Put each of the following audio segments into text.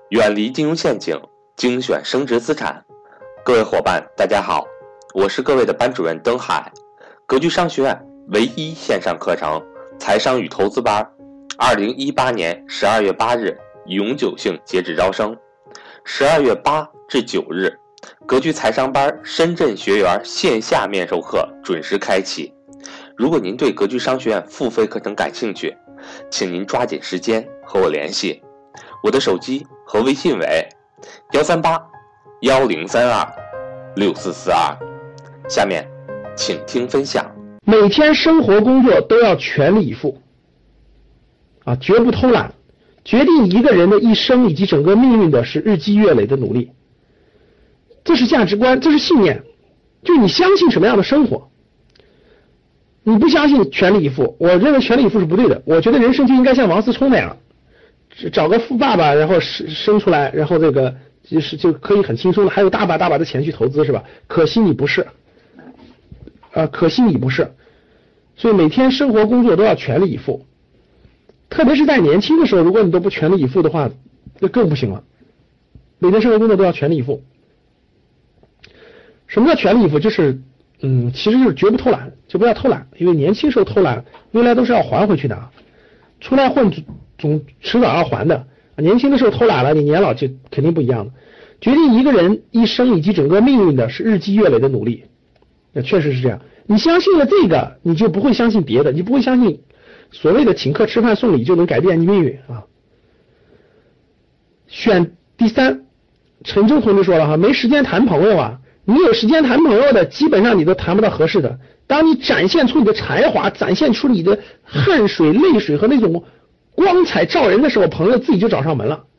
远离金融陷阱，精选升值资产。各位伙伴大家好，我是各位的班主任登海。格局商学院唯一线上课程财商与投资班，2018年12月8日永久性截止招生，12月8至9日格局财商班深圳学员线下面授课准时开启。如果您对格局商学院付费课程感兴趣，请您抓紧时间和我联系，我的手机和微信为138-1032-6442。下面请听分享。 每天生活工作都要全力以赴绝不偷懒。决定一个人的一生以及整个命运的是日积月累的努力。这是价值观，这是信念，就是你相信什么样的生活。你不相信全力以赴，我认为全力以赴是不对的。我觉得人生就应该像王思聪那样，找个富爸爸，然后生出来，然后这个就可以很轻松的，还有大把的钱去投资，是吧？可惜你不是，所以每天生活工作都要全力以赴，特别是在年轻的时候，如果你都不全力以赴的话，那更不行了。每天生活工作都要全力以赴。什么叫全力以赴？就是其实就是绝不偷懒，就不要偷懒，因为年轻时候偷懒，未来都是要还回去的。出来混总迟早要还的。年轻的时候偷懒了，你年老就肯定不一样了。决定一个人一生以及整个命运的是日积月累的努力。那确实是这样。你相信了这个，你就不会相信别的，你不会相信所谓的请客吃饭送礼就能改变你命运啊。选第三，陈舟同志说了哈，没时间谈朋友啊。你有时间谈朋友的，基本上你都谈不到合适的。当你展现出你的才华，展现出你的汗水、泪水和那种光彩照人的时候，朋友自己就找上门了。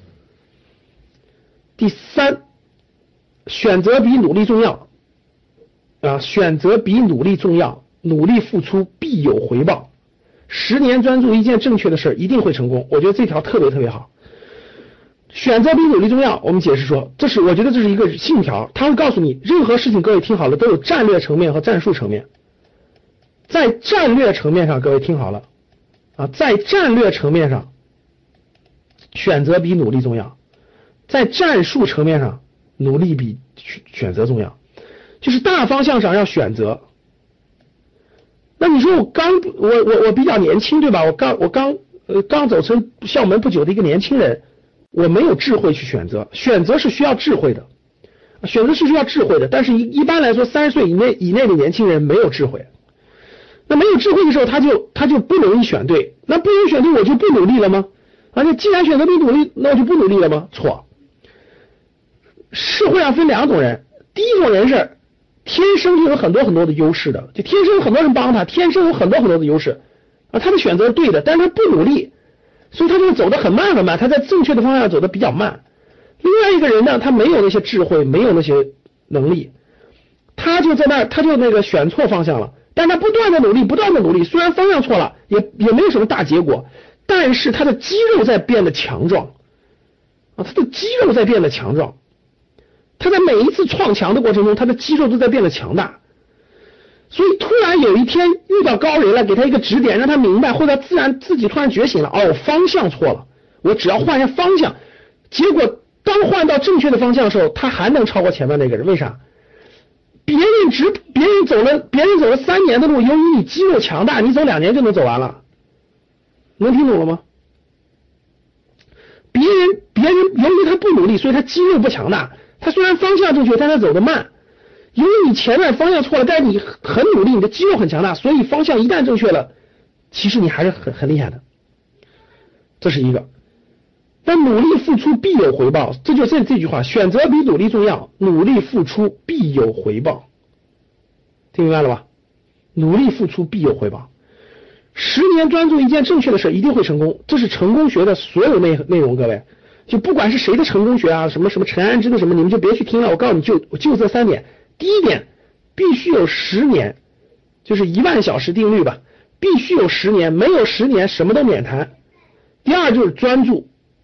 第三，选择比努力重要选择比努力重要，努力付出必有回报。10年专注一件正确的事一定会成功。我觉得这条特别好。选择比努力重要，我们解释说，我觉得这是一个信条，它会告诉你，任何事情各位听好了，都有战略层面和战术层面。在战略层面上，各位听好了在战略层面上，选择比努力重要；在战术层面上，努力比选择重要。就是大方向上要选择。那你说我比较年轻，对吧？我刚走出校门不久的一个年轻人。我没有智慧去选择，选择是需要智慧的，但是一般来说30岁以内的年轻人没有智慧。那没有智慧的时候，他就不容易选对。那不容易选对，我就不努力了吗？那既然选择不努力，那我就不努力了吗？错。社会上分2种人，第一种人是天生就有很多的优势的，就天生有很多人帮他，天生有很多的优势他的选择是对的，但是他不努力。所以他就走得很慢，他在正确的方向走得比较慢。另外一个人呢，他没有那些智慧，没有那些能力，他就那个选错方向了，但他不断的努力，虽然方向错了，也没有什么大结果，但是他的肌肉在变得强壮他在每一次创强的过程中，他的肌肉都在变得强大。所以突然有一天遇到高人了，给他一个指点，让他明白，或者自己突然觉醒了，方向错了，我只要换一下方向。结果当换到正确的方向的时候，他还能超过前面那个人。为啥？别人走了3年的路，由于你肌肉强大，你走2年就能走完了。能听懂了吗？别人由于他不努力，所以他肌肉不强大，他虽然方向正确，但他走得慢。由于你前面方向错了，但是你很努力，你的肌肉很强大，所以方向一旦正确了，其实你还是很厉害的。这是一个。但努力付出必有回报，这就是这句话，选择比努力重要，努力付出必有回报。听明白了吧？努力付出必有回报。10年专注一件正确的事一定会成功，这是成功学的所有内容，各位。就不管是谁的成功学什么陈安之的什么，你们就别去听了。我告诉你，就这3点。第一点，必须有10年，就是10000小时定律吧，必须有10年，没有10年什么都免谈。第二就是专注，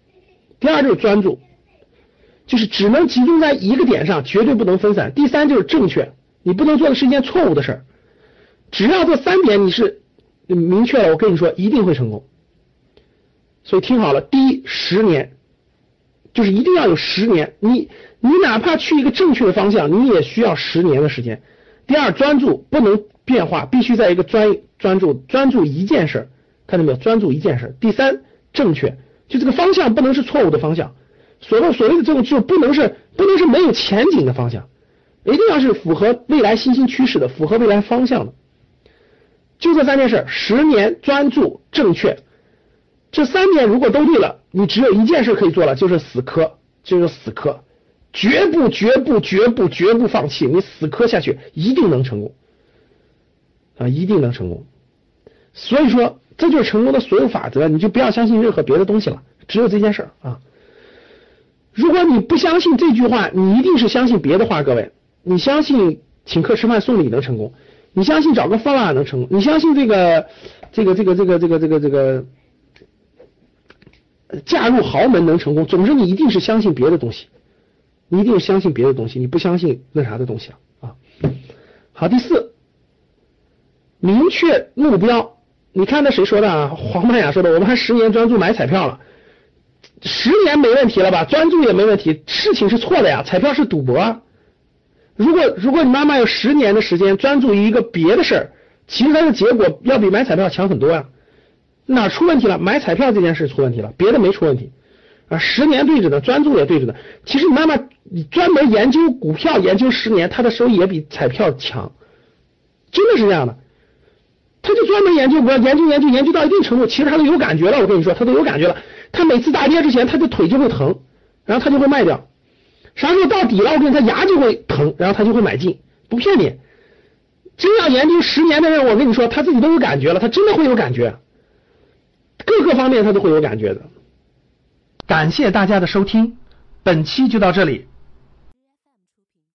就是只能集中在一个点上，绝对不能分散。第三就是正确，你不能做的是一件错误的事。只要这3点你是明确了，我跟你说一定会成功。所以听好了，第一10年， 就是一定要有10年，你哪怕去一个正确的方向，你也需要10年的时间。第二，专注不能变化，必须在一个专注一件事，看到没有？专注一件事。第三，正确，就这个方向不能是错误的方向。所谓的这种就不能是没有前景的方向，一定要是符合未来新兴趋势的，符合未来方向的。就这3件事，10年专注正确，这3点如果都对了，你只有一件事可以做了，就是死磕，绝不放弃，你死磕下去一定能成功啊，一定能成功。所以说这就是成功的所有法则，你就不要相信任何别的东西了，只有这件事啊。如果你不相信这句话，你一定是相信别的话。各位，你相信请客吃饭送礼能成功，你相信找个方法能成功，你相信这个嫁入豪门能成功，总之你一定是相信别的东西，你一定是相信别的东西，你不相信那啥的东西啊。好，第4，明确目标。你看那谁说的啊？黄曼雅说的，我们还10年专注买彩票了。10年没问题了吧？专注也没问题，事情是错的呀，彩票是赌博啊。如果你妈妈有10年的时间专注于一个别的事儿，其实它的结果要比买彩票强很多呀。哪出问题了？买彩票这件事出问题了，别的没出问题啊。10年对着的，专注也对着的。其实你妈妈专门研究股票研究10年，她的收益也比彩票强，真的是这样的。他就专门研究股票，研究到一定程度，其实他都有感觉了。我跟你说，他都有感觉了。他每次大跌之前，他的腿就会疼，然后他就会卖掉。啥时候到底了，我跟你说，他牙就会疼，然后他就会买进。不骗你，真要研究10年的人，我跟你说，他自己都有感觉了，他真的会有感觉，各个方面他都会有感觉的。感谢大家的收听，本期就到这里。